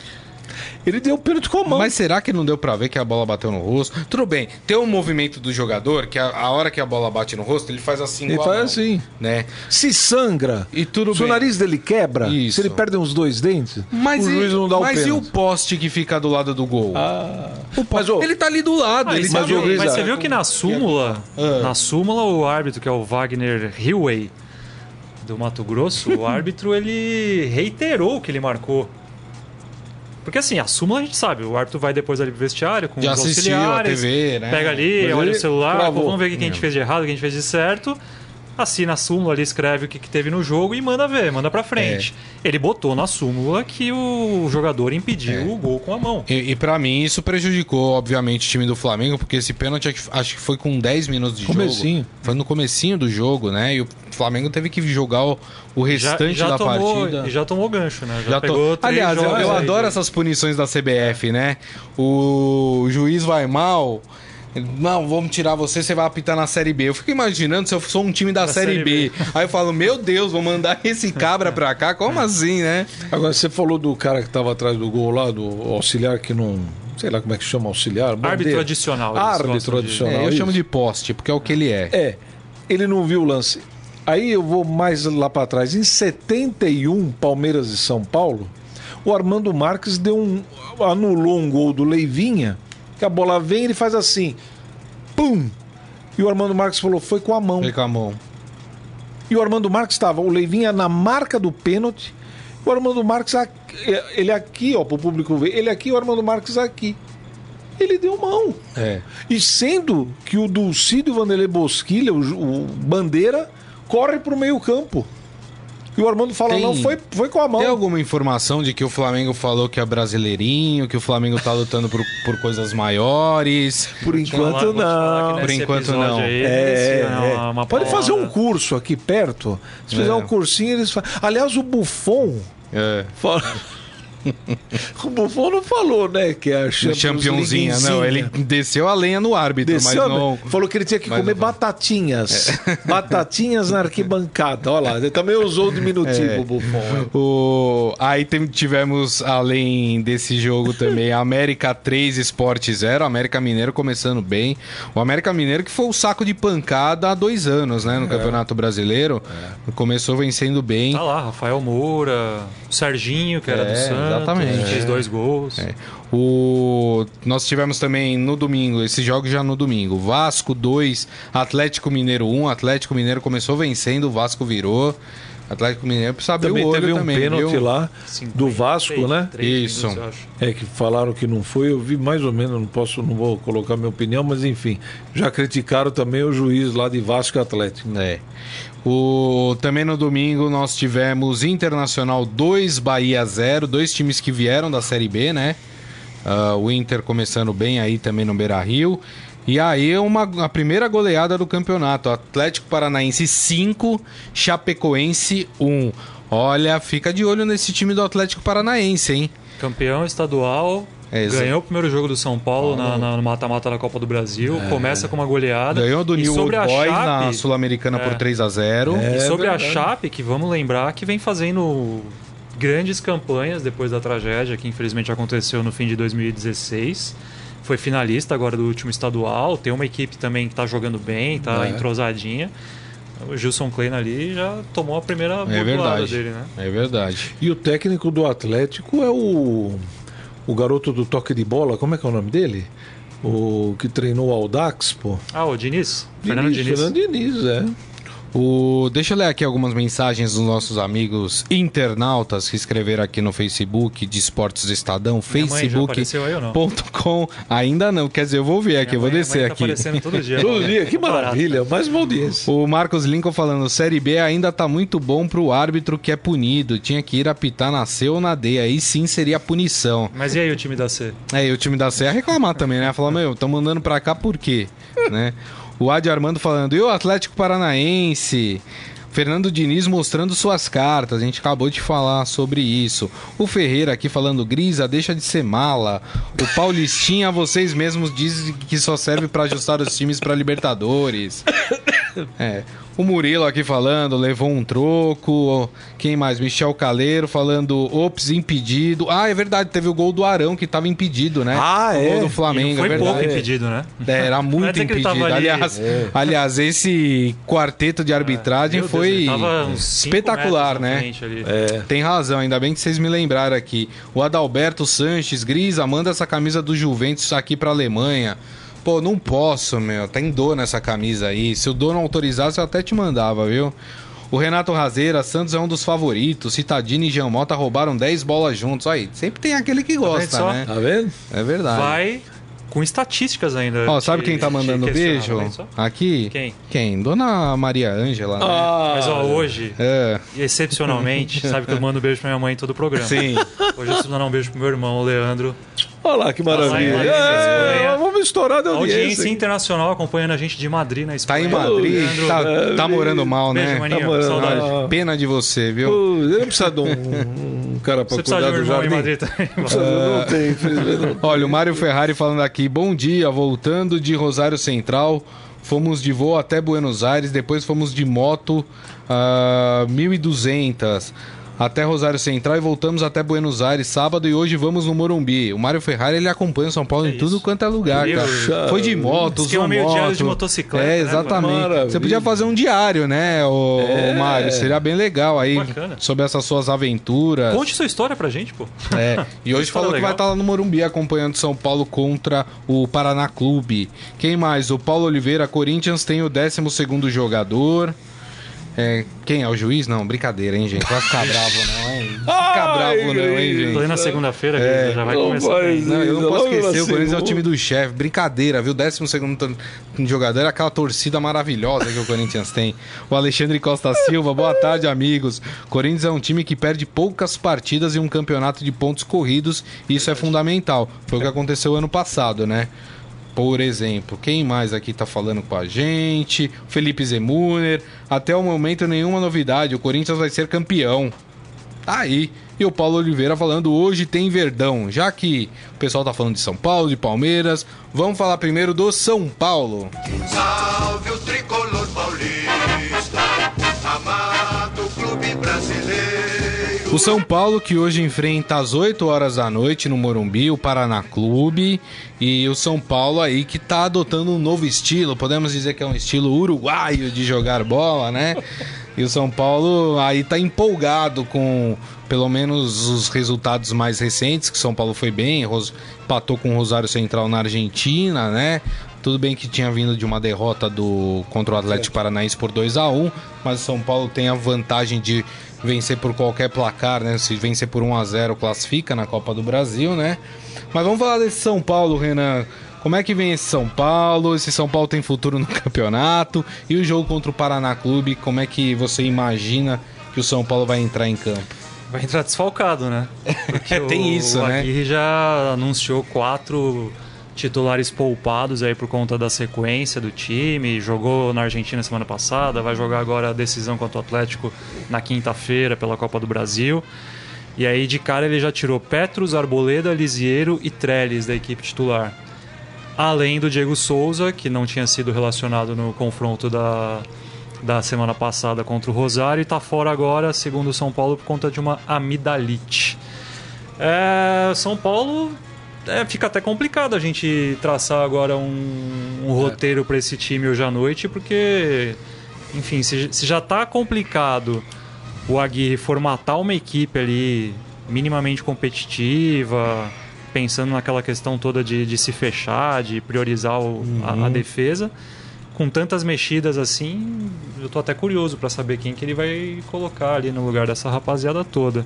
S3: Ele deu pênalti com a mão.
S2: Mas será que não deu pra ver que a bola bateu no rosto? Tudo bem, tem um movimento do jogador que a hora que a bola bate no rosto, ele faz assim
S3: ele
S2: com a
S3: faz
S2: mão,
S3: assim.
S2: Né?
S3: Se sangra,
S2: e tudo
S3: se
S2: bem.
S3: o nariz dele quebra,
S2: Isso.
S3: se ele perde uns 2 dentes,
S2: mas
S3: o juiz não dá o pênalti.
S2: Mas e o poste que fica do lado do gol? Ele tá ali do lado.
S4: Mas você viu que na súmula, o árbitro, que é o Wagner Hillway, do Mato Grosso, o árbitro, ele reiterou o que ele marcou. Porque assim, a súmula a gente sabe, o árbitro vai depois ali pro vestiário com
S2: já
S4: os auxiliares,
S2: a TV, né?
S4: pega ali,
S3: mas
S4: olha o celular, vamos ver o que a gente fez de errado, o que a gente fez de certo, assina a súmula ali, escreve o que teve no jogo e manda ver, manda pra frente. Ele botou na súmula que o jogador impediu o gol com a mão.
S2: E pra mim isso prejudicou, obviamente, o time do Flamengo, porque esse pênalti acho que foi com 10 minutos de jogo. Foi no comecinho do jogo, né? E o Flamengo teve que jogar o restante da partida.
S4: E já tomou gancho, né? Já pegou 3
S2: Aliás,
S4: jogos
S2: eu
S4: aí,
S2: adoro essas punições da CBF, né? O juiz vai mal... Não, vamos tirar você vai apitar na Série B. Eu fico imaginando se eu sou um time da Série B. Aí eu falo, meu Deus, vou mandar esse cabra pra cá? Como assim, né?
S3: Agora, você falou do cara que tava atrás do gol lá, do auxiliar que não... Sei lá como é que chama auxiliar.
S4: Árbitro adicional.
S3: Árbitro adicional.
S2: Eu chamo de poste, porque é o que ele é.
S3: Ele não viu o lance. Aí eu vou mais lá pra trás. Em 71, Palmeiras e São Paulo, o Armando Marques anulou um gol do Leivinha, que a bola vem e ele faz assim, pum! E o Armando Marques falou, foi com a mão.
S2: Foi com a mão.
S3: E o Armando Marques o Leivinha na marca do pênalti, o Armando Marques, ele aqui, ó, pro público ver, ele aqui, o Armando Marques aqui. Ele deu mão. E sendo que o Dulcídio Vanderlei Bosquilha, o Bandeira, corre pro meio campo. E o Armando fala, não, foi com a mão.
S2: Tem alguma informação de que o Flamengo falou que é brasileirinho, que o Flamengo tá lutando por coisas maiores?
S3: Por enquanto não.
S2: Por enquanto não.
S3: Pode fazer um curso aqui perto. Se fizer um cursinho, eles fazem. Aliás, o Buffon... O Buffon não falou, né, que é a
S2: Championzinha, não, ele desceu a lenha no árbitro, mas não...
S3: Falou que ele tinha que comer batatinhas. Batatinhas na arquibancada. Olha lá, ele também usou o diminutivo, o Buffon.
S2: Aí tivemos, além desse jogo também, América 3, Sport 0, América Mineiro começando bem. O América Mineiro que foi o saco de pancada há 2 anos, né, no Campeonato Brasileiro. Começou vencendo bem.
S4: Tá lá, Rafael Moura, o Serginho, que era do Santos.
S2: Exatamente.
S4: Fez 2 gols.
S2: Nós tivemos também no domingo, esse jogo já no domingo, Vasco 2, Atlético Mineiro 1. Atlético Mineiro começou vencendo, o Vasco virou. Atlético Mineiro precisa abrir o olho também.
S3: Teve um pênalti lá do Vasco, né?
S2: Isso.
S4: Minutos,
S3: que falaram que não foi, eu vi mais ou menos, não vou colocar minha opinião, mas enfim, já criticaram também o juiz lá de Vasco e Atlético.
S2: Também no domingo nós tivemos Internacional 2, Bahia 0, 2 times que vieram da Série B, né? O Inter começando bem aí também no Beira-Rio. E aí a primeira goleada do campeonato, Atlético Paranaense 5, Chapecoense 1. Olha, fica de olho nesse time do Atlético Paranaense, hein?
S4: Campeão estadual... Ganhou o primeiro jogo do São Paulo no mata-mata da Copa do Brasil. Começa com uma goleada.
S2: Ganhou do New Old Boys na Sul-Americana por 3-0.
S4: E sobre a Chape, que vamos lembrar que vem fazendo grandes campanhas depois da tragédia que infelizmente aconteceu no fim de 2016. Foi finalista agora do último estadual. Tem uma equipe também que está jogando bem, está entrosadinha. O Gilson Kleina ali já tomou a primeira bordoada dele, né?
S2: É verdade.
S3: E o técnico do Atlético é o garoto do toque de bola, como é que é o nome dele? O que treinou o Audax, pô.
S4: O Diniz? Fernando
S3: Diniz,
S2: Deixa eu ler aqui algumas mensagens dos nossos amigos internautas que escreveram aqui no Facebook de Esportes do Estadão, facebook.com. Ainda não, quer dizer, eu vou ver aqui, eu vou descer aqui.
S4: Tá aparecendo todo dia.
S3: Todo dia, que maravilha, mais uma audiência.
S2: O Marcos Lincoln falando, Série B ainda tá muito bom pro árbitro que é punido, tinha que ir apitar na C ou na D, aí sim seria punição.
S4: Mas e aí o time da C?
S2: E o time da C ia reclamar também, né? Falar, estão mandando pra cá por quê? Né? O Adi Armando falando, e o Atlético Paranaense? Fernando Diniz mostrando suas cartas, a gente acabou de falar sobre isso. O Ferreira aqui falando, Grisa, deixa de ser mala. O Paulistinha, vocês mesmos dizem que só serve para ajustar os times para Libertadores. O Murilo aqui falando, levou um troco. Quem mais? Michel Caleiro falando, ops, impedido. É verdade, teve o gol do Arão que estava impedido, né? O gol do Flamengo,
S4: foi
S2: é verdade.
S4: pouco impedido, né?
S2: Era muito impedido. Aliás, esse quarteto de arbitragem foi espetacular, né? Tem razão, ainda bem que vocês me lembraram aqui. O Adalberto Sanches, Grisa, manda essa camisa do Juventus aqui pra Alemanha. Pô, não posso, meu. Tem dor nessa camisa aí. Se o dono autorizasse, eu até te mandava, viu? O Renato Razeira, Santos é um dos favoritos. Citadini e Jean Mota roubaram 10 bolas juntos. Aí, sempre tem aquele que gosta, né?
S3: Tá vendo?
S2: É verdade.
S4: Vai com estatísticas ainda.
S2: Sabe quem tá mandando beijo? Aqui? Quem? Dona Maria Ângela. Né?
S4: Mas hoje, excepcionalmente, sabe que eu mando beijo pra minha mãe em todo o programa.
S2: Sim.
S4: Hoje eu preciso mandar um beijo pro meu irmão, o Leandro.
S3: Olha lá que maravilha. Vamos estourar da
S4: audiência internacional acompanhando a gente de Madrid na Espanha.
S2: Tá em Madrid, tá morando mal,
S4: beijo,
S2: né?
S4: Maninho,
S2: tá morando
S4: saudade.
S2: mal. Pena de você, viu?
S3: Ele não precisa de um cara pra cuidar do jardim.
S4: Em Madrid também.
S3: Não tem, infelizmente.
S2: Olha, o Mário Ferrari falando aqui, bom dia, voltando de Rosário Central, fomos de voo até Buenos Aires, depois fomos de moto 1.200 até Rosário Central e voltamos até Buenos Aires sábado e hoje vamos no Morumbi. O Mário Ferrari, ele acompanha o São Paulo em tudo quanto é lugar, cara. Foi de moto, usou
S4: diário de motocicleta.
S2: Exatamente.
S3: Né?
S2: Você podia fazer um diário, né, Mário? Seria bem legal aí, sobre essas suas aventuras.
S4: Conte sua história pra gente, pô.
S2: E hoje falou que vai estar lá no Morumbi acompanhando São Paulo contra o Paraná Clube. Quem mais? O Paulo Oliveira, Corinthians tem o 12º jogador. Quem é o juiz? Não, brincadeira, hein, gente? Vai ficar bravo, não, hein? Ficar bravo, não, hein, gente?
S4: Plena segunda-feira, já vai começar.
S2: Não, eu não posso esquecer, o Corinthians é o time do chefe. Brincadeira, viu? 12º jogador é aquela torcida maravilhosa que o Corinthians tem. O Alexandre Costa Silva, boa tarde, amigos. Corinthians é um time que perde poucas partidas em um campeonato de pontos corridos e isso é fundamental. Foi o que aconteceu ano passado, né? Por exemplo, quem mais aqui tá falando com a gente? Felipe Zemuner. Até o momento nenhuma novidade, o Corinthians vai ser campeão. Tá aí. E o Paulo Oliveira falando, hoje tem Verdão. Já que o pessoal tá falando de São Paulo, de Palmeiras, vamos falar primeiro do São Paulo.
S5: Salve o tricolor paulista, amado clube brasileiro.
S2: O São Paulo que hoje enfrenta às 8 horas da noite no Morumbi, o Paraná Clube. E o São Paulo aí que tá adotando um novo estilo, podemos dizer que é um estilo uruguaio de jogar bola, né? E o São Paulo aí tá empolgado com pelo menos os resultados mais recentes, que o São Paulo foi bem, empatou com o Rosário Central na Argentina, né? Tudo bem que tinha vindo de uma derrota contra o Atlético Paranaense por 2-1, mas o São Paulo tem a vantagem de vencer por qualquer placar, né? Se vencer por 1-0, classifica na Copa do Brasil, né? Mas vamos falar desse São Paulo, Renan. Como é que vem esse São Paulo? Esse São Paulo tem futuro no campeonato? E o jogo contra o Paraná Clube, como é que você imagina que o São Paulo vai entrar em campo?
S4: Vai entrar desfalcado, né?
S2: Tem isso, né?
S4: O Aguirre já anunciou 4 titulares poupados aí por conta da sequência do time. Jogou na Argentina semana passada, vai jogar agora a decisão contra o Atlético na quinta-feira pela Copa do Brasil. E aí de cara ele já tirou Petrus, Arboleda, Lisiero e Trellis da equipe titular. Além do Diego Souza, que não tinha sido relacionado no confronto da semana passada contra o Rosário e está fora agora, segundo o São Paulo, por conta de uma amidalite. São Paulo... fica até complicado a gente traçar agora um roteiro para esse time hoje à noite, porque, enfim, se já está complicado o Aguirre formatar uma equipe ali minimamente competitiva, pensando naquela questão toda de se fechar, de priorizar a defesa, com tantas mexidas assim, eu tô até curioso para saber quem que ele vai colocar ali no lugar dessa rapaziada toda.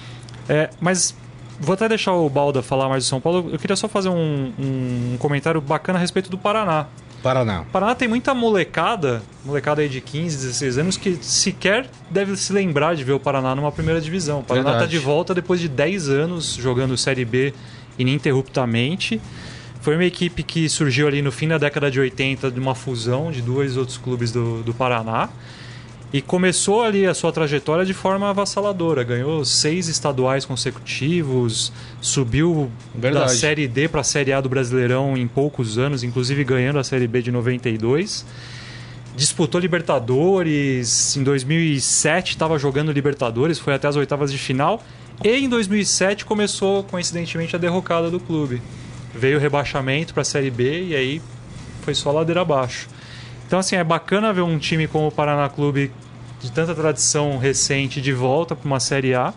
S4: Mas vou até deixar o Balda falar mais do São Paulo. Eu queria só fazer um comentário bacana a respeito do Paraná. O Paraná tem muita molecada aí de 15, 16 anos, que sequer deve se lembrar de ver o Paraná numa primeira divisão. O Paraná está de volta depois de 10 anos jogando Série B ininterruptamente. Foi uma equipe que surgiu ali no fim da década de 80 de uma fusão de 2 outros clubes do Paraná. E começou ali a sua trajetória de forma avassaladora. Ganhou 6 estaduais consecutivos, subiu da Série D para a Série A do Brasileirão em poucos anos, inclusive ganhando a Série B de 92. Disputou Libertadores, em 2007 estava jogando Libertadores, foi até as oitavas de final. E em 2007 começou, coincidentemente, a derrocada do clube. Veio o rebaixamento para a Série B e aí foi só ladeira abaixo. Então, assim, é bacana ver um time como o Paraná Clube, de tanta tradição recente, de volta para uma Série A.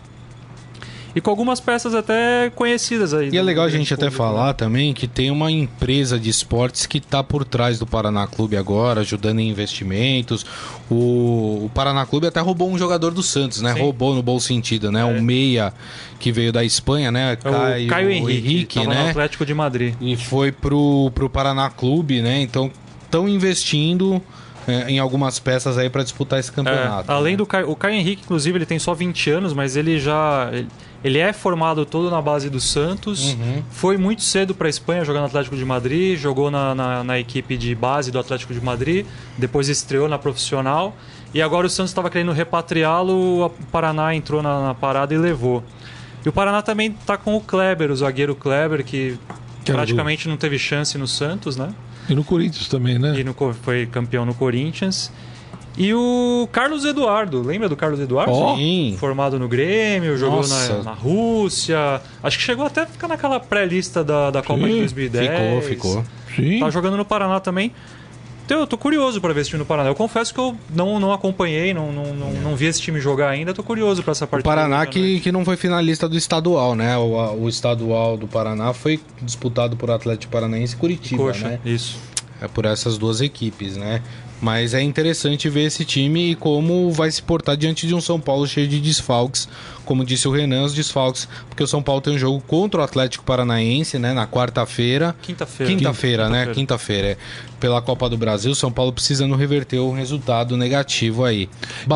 S4: E com algumas peças até conhecidas aí.
S2: E é legal a gente até falar também que tem uma empresa de esportes que está por trás do Paraná Clube agora, ajudando em investimentos. O Paraná Clube até roubou um jogador do Santos, né? Sim. Roubou no bom sentido, né? O meia que veio da Espanha, né?
S4: O Caio Henrique, né? No Atlético de Madrid.
S2: E foi pro Paraná Clube, né? Então estão investindo em algumas peças aí para disputar esse campeonato.
S4: Além do Caio, o Caio Henrique, inclusive, ele tem só 20 anos, mas ele é formado todo na base do Santos. Foi muito cedo para a Espanha jogar no Atlético de Madrid, jogou na equipe de base do Atlético de Madrid, depois estreou na profissional. E agora o Santos estava querendo repatriá-lo, o Paraná entrou na parada e levou. E o Paraná também está com o Kleber, o zagueiro Kleber, que praticamente não teve chance no Santos, né?
S3: E no Corinthians também, né?
S4: E foi campeão no Corinthians. E o Carlos Eduardo, lembra do Carlos Eduardo?
S2: Sim.
S4: Formado no Grêmio, jogou na Rússia. Acho que chegou até a ficar naquela pré-lista da Copa de 2010.
S2: Ficou.
S3: Sim.
S4: Tá jogando no Paraná também. Então, eu tô curioso para ver esse time no Paraná. Eu confesso que eu não acompanhei, não vi esse time jogar ainda. Tô curioso para essa partida.
S2: O Paraná que não foi finalista do estadual, né? O estadual do Paraná foi disputado por Atlético Paranaense e Curitiba,
S4: Coxa,
S2: né?
S4: Isso.
S2: É por essas duas equipes, né? Mas é interessante ver esse time e como vai se portar diante de um São Paulo cheio de desfalques. Como disse o Renan, os desfalques, porque o São Paulo tem um jogo contra o Atlético Paranaense, né? Na quarta-feira. Quinta-feira, né? Quinta-feira, pela Copa do Brasil. O São Paulo precisa não reverter o resultado negativo aí.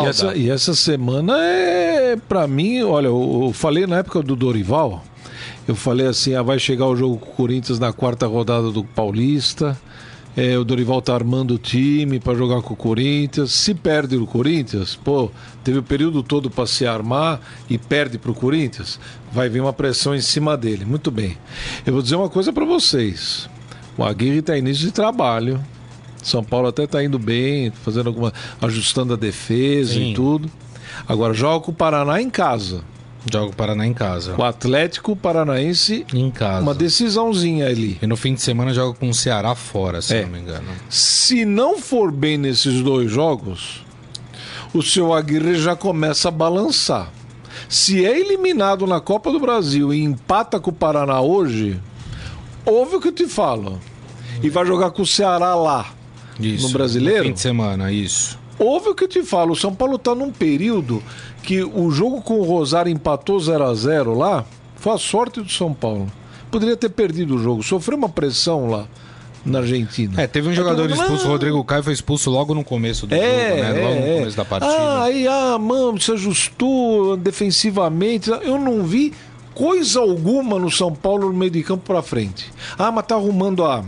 S3: E essa semana pra mim, olha, eu falei na época do Dorival, eu falei assim, vai chegar o jogo com o Corinthians na quarta rodada do Paulista. O Dorival tá armando o time para jogar com o Corinthians. Se perde o Corinthians, teve o período todo para se armar e perde pro Corinthians, vai vir uma pressão em cima dele. Muito bem. Eu vou dizer uma coisa para vocês. O Aguirre tá início de trabalho. São Paulo até tá indo bem, ajustando a defesa. Sim. E tudo. Agora joga com o Paraná em casa.
S2: Joga o Paraná em casa.
S3: O Atlético Paranaense
S2: em casa.
S3: Uma decisãozinha ali.
S2: E no fim de semana joga com o Ceará fora, se não me engano.
S3: Se não for bem nesses dois jogos, o seu Aguirre já começa a balançar. Se é eliminado na Copa do Brasil e empata com o Paraná hoje, ouve o que eu te falo. E vai jogar com o Ceará lá,
S2: isso,
S3: no Brasileiro.
S2: No fim de semana, isso.
S3: Ouve o que eu te falo. O São Paulo está num período que o jogo com o Rosário empatou 0-0 lá. Foi a sorte do São Paulo. Poderia ter perdido o jogo. Sofreu uma pressão lá na Argentina.
S2: Teve um jogador expulso, o Rodrigo Caio foi expulso logo no começo do jogo, né? Logo no começo da partida.
S3: Mano, se ajustou defensivamente. Eu não vi coisa alguma no São Paulo no meio de campo pra frente. Mas tá arrumando a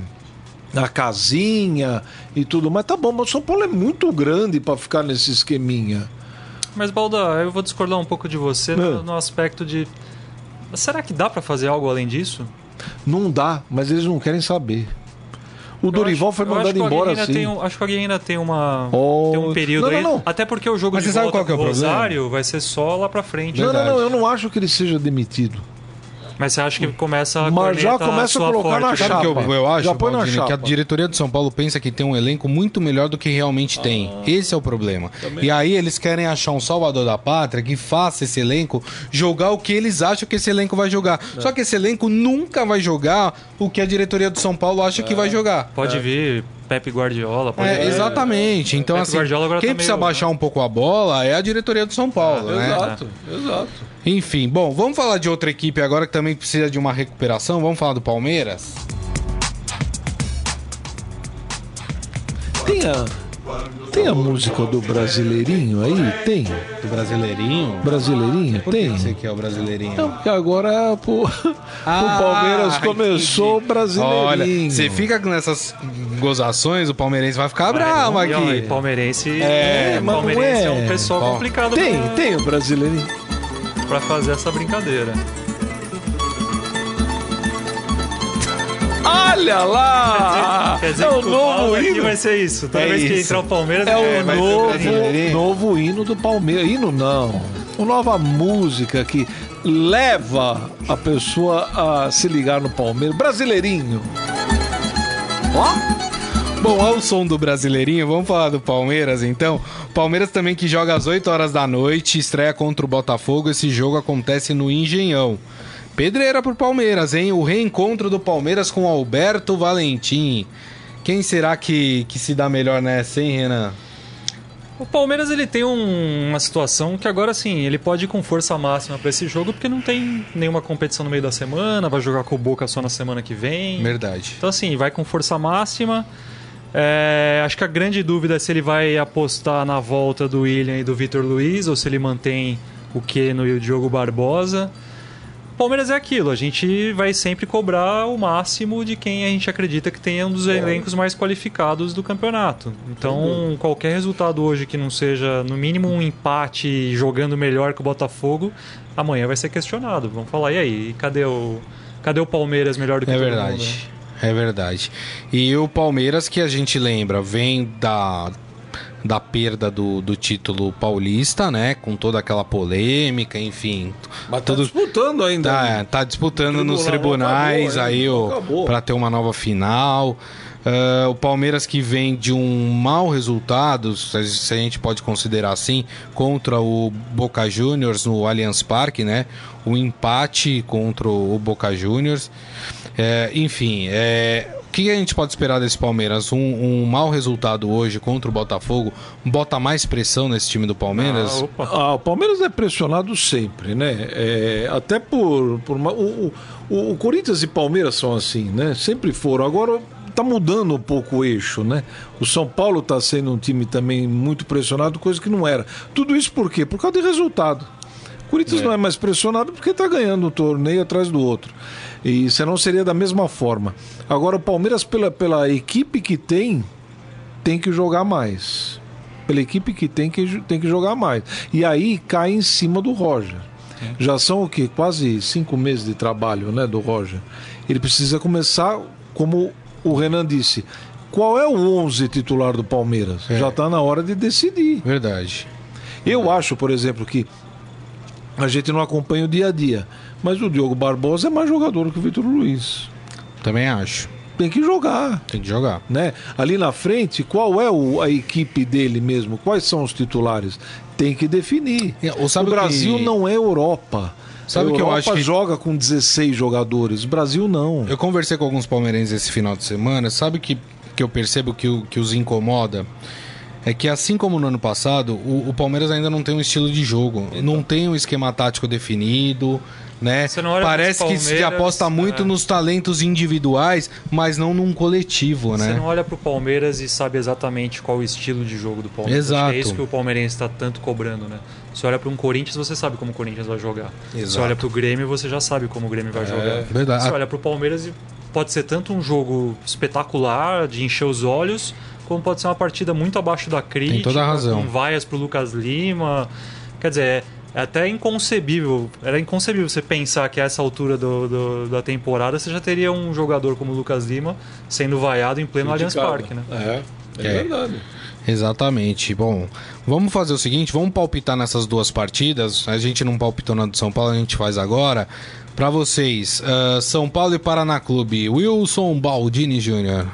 S3: casinha e tudo. Mas tá bom, mas o São Paulo é muito grande pra ficar nesse esqueminha.
S4: Mas, Balda, eu vou discordar um pouco de você no aspecto de... Será que dá pra fazer algo além disso?
S3: Não dá, mas eles não querem saber. O Dorival foi mandado embora assim.
S4: Acho que alguém ainda tem tem um período aí. Não. Até porque o jogo de volta com o Rosário vai ser só lá pra frente.
S3: Não, eu não acho que ele seja demitido.
S4: Mas você acha que começa a
S3: Mas já começa a colocar na chapa.
S2: Sabe o que eu acho,
S3: já põe na chapa.
S2: Que a diretoria do São Paulo pensa que tem um elenco muito melhor do que realmente tem. Esse é o problema. Também. E aí eles querem achar um salvador da pátria que faça esse elenco jogar o que eles acham que esse elenco vai jogar. Só que esse elenco nunca vai jogar o que a diretoria do São Paulo acha que vai jogar.
S4: Pode vir Pepe Guardiola.
S2: Exatamente. Então,
S4: Pepe
S2: assim,
S4: quem
S2: precisa baixar um pouco a bola é a diretoria do São Paulo, né?
S3: Exato.
S2: Enfim, bom, vamos falar de outra equipe agora que também precisa de uma recuperação. Vamos falar do Palmeiras?
S3: Tem a música do Brasileirinho aí? Tem.
S2: Do Brasileirinho?
S3: Brasileirinho?
S2: Por
S3: Tem.
S2: que você quer o Brasileirinho?
S3: Não, porque agora o Palmeiras começou o Brasileirinho.
S2: Olha, você fica nessas gozações, o palmeirense vai ficar bravo aqui.
S4: E palmeirense,
S3: mas
S4: palmeirense
S3: não é.
S4: um pessoal complicado
S3: Tem o Brasileirinho.
S4: pra fazer essa brincadeira.
S3: Olha lá!
S4: Quer dizer
S3: É
S4: que
S3: o novo
S4: aqui
S3: hino.
S4: vai ser isso. Toda
S2: É
S4: vez que
S2: isso.
S4: entrar o Palmeiras,
S3: É o
S2: vai ser Brasileirinho.
S3: novo hino do Palmeiras. Hino não. Uma nova música que leva a pessoa a se ligar no Palmeiras. Brasileirinho.
S2: Bom, ao som do Brasileirinho, vamos falar do Palmeiras então. Palmeiras também que joga às 8 horas da noite, estreia contra o Botafogo. Esse jogo acontece no Engenhão. Pedreira pro Palmeiras, hein? O reencontro do Palmeiras com Alberto Valentim. Quem será que se dá melhor nessa, hein, Renan?
S4: O Palmeiras ele tem uma situação que agora sim, ele pode ir com força máxima para esse jogo porque não tem nenhuma competição no meio da semana, vai jogar com o Boca só na semana que vem.
S2: Verdade.
S4: Então assim, vai com força máxima. Acho que a grande dúvida é se ele vai apostar na volta do William e do Vitor Luiz ou se ele mantém o Keno e o Diogo Barbosa. O Palmeiras é aquilo, a gente vai sempre cobrar o máximo de quem a gente acredita que tenha um dos elencos mais qualificados do campeonato. Então, qualquer resultado hoje que não seja, no mínimo, um empate jogando melhor que o Botafogo, amanhã vai ser questionado. Vamos falar, e aí, cadê o Palmeiras melhor do que
S2: É
S4: todo
S2: verdade.
S4: mundo, né?
S2: É verdade. E o Palmeiras, que a gente lembra, vem da perda do título paulista, né? Com toda aquela polêmica, enfim.
S3: Mas tá disputando ainda.
S2: Tá disputando nos
S3: tribunais,
S2: tribunais para ter uma nova final. O Palmeiras que vem de um mau resultado, se a gente pode considerar assim, contra o Boca Juniors no Allianz Parque, né? O empate contra o Boca Juniors. Enfim, o que a gente pode esperar desse Palmeiras? Um mau resultado hoje contra o Botafogo bota mais pressão nesse time do Palmeiras?
S3: O Palmeiras é pressionado sempre, né? Até por o Corinthians e Palmeiras são assim, né? Sempre foram. Agora tá mudando um pouco o eixo, né? O São Paulo tá sendo um time também muito pressionado, coisa que não era. Tudo isso por quê? Por causa de resultado. O Corinthians não é mais pressionado porque tá ganhando um torneio atrás do outro. E senão seria da mesma forma. Agora o Palmeiras, pela equipe que tem que jogar mais. Pela equipe que tem que jogar mais. E aí cai em cima do Roger. Já são o quê? Quase 5 meses de trabalho, né, do Roger. Ele precisa começar, como o Renan disse, qual é o 11 titular do Palmeiras? Já está na hora de decidir.
S2: Verdade.
S3: Eu acho, por exemplo, que a gente não acompanha o dia a dia, mas o Diogo Barbosa é mais jogador que o Vitor Luiz.
S2: Também acho.
S3: Tem que jogar.
S2: Tem que jogar.
S3: Né? Ali na frente, qual é a equipe dele mesmo? Quais são os titulares? Tem que definir. O Brasil não é Europa.
S2: Sabe
S3: a
S2: que eu
S3: Europa
S2: acho que
S3: joga com 16 jogadores. O Brasil não.
S2: Eu conversei com alguns palmeirenses esse final de semana. Sabe que eu percebo que os incomoda? É que assim como no ano passado, o Palmeiras ainda não tem um estilo de jogo. Então. Não tem um esquema tático definido, né? Parece que se aposta muito nos talentos individuais, mas não num coletivo, né?
S4: Você não olha pro Palmeiras e sabe exatamente qual o estilo de jogo do Palmeiras.
S2: Exato.
S4: É isso que o palmeirense está tanto cobrando, né? Você olha para um Corinthians, você sabe como o Corinthians vai jogar.
S2: Exato.
S4: Você olha pro Grêmio, você já sabe como o Grêmio vai jogar.
S2: Verdade.
S4: Você olha pro Palmeiras e pode ser tanto um jogo espetacular, de encher os olhos, como pode ser uma partida muito abaixo da crítica.
S2: Tem toda a razão.
S4: Com vaias pro Lucas Lima. Quer dizer, é até inconcebível. Era inconcebível você pensar que a essa altura da temporada você já teria um jogador como o Lucas Lima sendo vaiado em pleno Allianz Parque, né?
S3: É verdade.
S2: Exatamente. Bom, vamos fazer o seguinte, vamos palpitar nessas duas partidas. A gente não palpitou na do São Paulo, a gente faz agora. Para vocês, São Paulo e Paraná Clube, Wilson Baldini Jr.